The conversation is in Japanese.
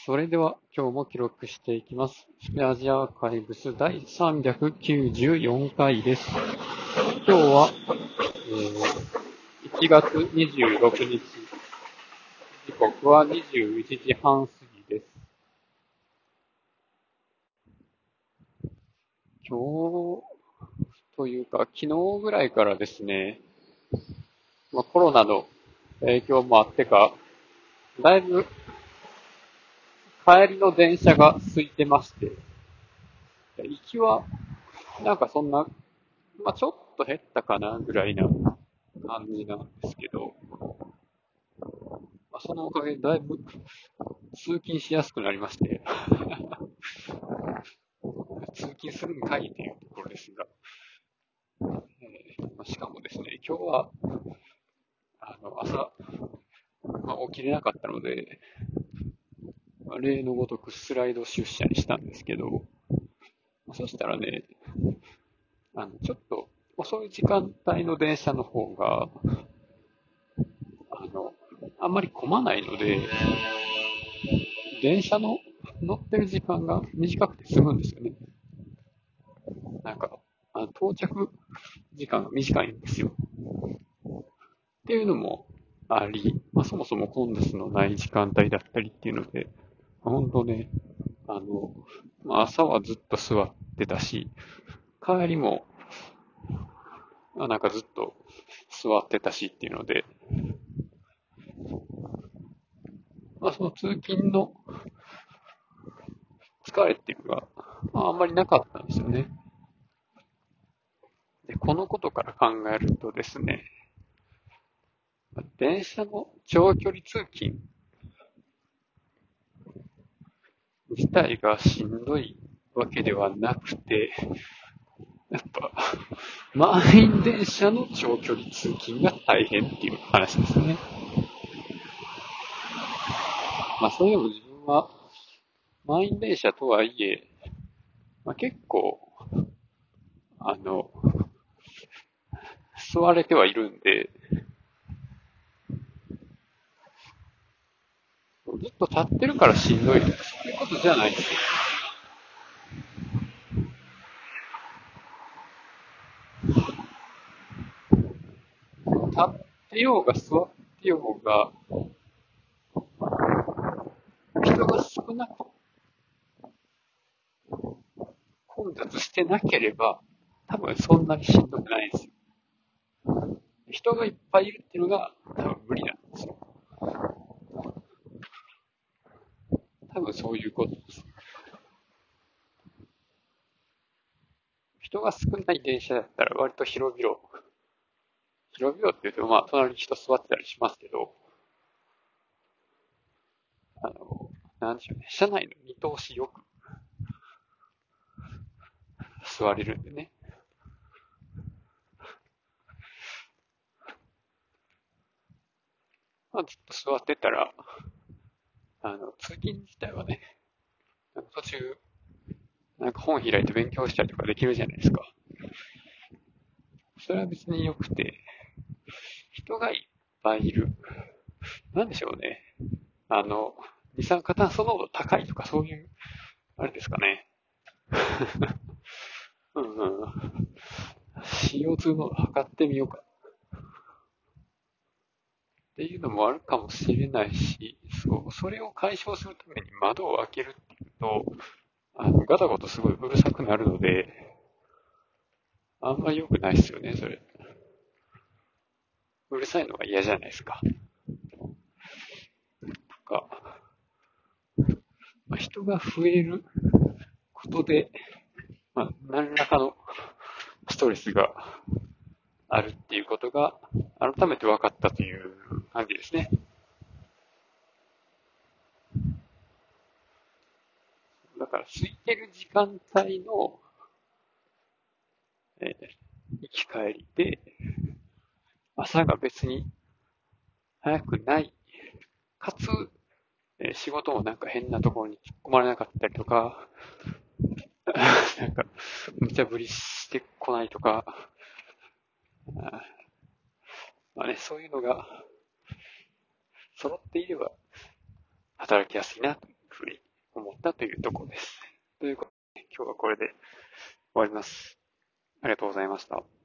それでは今日も記録していきます。スペアジアーカイブス第394回です。今日は、1月26日、時刻は21時半過ぎです。今日というか昨日ぐらいからですね、コロナの影響もあってか、だいぶ帰りの電車が空いてまして、行きはなんかそんな、ちょっと減ったかなぐらいな感じなんですけど、そのおかげでだいぶ通勤しやすくなりまして、通勤するんかいっていうところですが、しかもですね、今日は朝、起きれなかったので、例のごとくスライド出社にしたんですけど、そしたらね、ちょっと遅い時間帯の電車の方が、あの、あんまり混まないので、電車の乗ってる時間が短くて済むんですよね。なんか、到着時間が短いんですよ。っていうのもあり、そもそも混雑のない時間帯だったりっていうので、本当ね、朝はずっと座ってたし、帰りも、なんかずっと座ってたしっていうので、その通勤の疲れっていうのが、あんまりなかったんですよね。で、このことから考えるとですね、電車の長距離通勤自体がしんどいわけではなくて、やっぱ、満員電車の長距離通勤が大変っていう話ですね。それでも自分は満員電車とはいえ、結構、あの、座れてはいるんで、ずっと立ってるからしんどいとか、そういうことじゃないですよ。立ってようが座ってようが、人が少なく混雑してなければ、多分そんなにしんどくないんですよ。人がいっぱいいるっていうのが多分無理なんですよ。多分そういうことです。人が少ない電車だったら割と広々って言うと隣に人座ってたりしますけど、あの、なんでしょうね、車内の見通しよく座れるんでね。ずっと座ってたら、通勤自体はね、途中、なんか本開いて勉強したりとかできるじゃないですか。それは別に良くて、人がいっぱいいる。なんでしょうね。二酸化炭素濃度高いとかそういう、あれですかね。うんうん。CO2 濃度測ってみようかっていうのもあるかもしれないし、それを解消するために窓を開けるっていうと、ガタゴトすごいうるさくなるので、あんまり良くないですよね、それ。うるさいのが嫌じゃないですか。とか、人が増えることで、何らかのストレスがあるっていうことが改めて分かったという感じですね。だから空いてる時間帯の、行き帰りで、朝が別に早くない。かつ、仕事もなんか変なところに突っ込まれなかったりとか、なんか、無茶ぶりしてこないとか、そういうのが揃っていれば働きやすいなとふうに思ったというところです。ということで、今日はこれで終わります。ありがとうございました。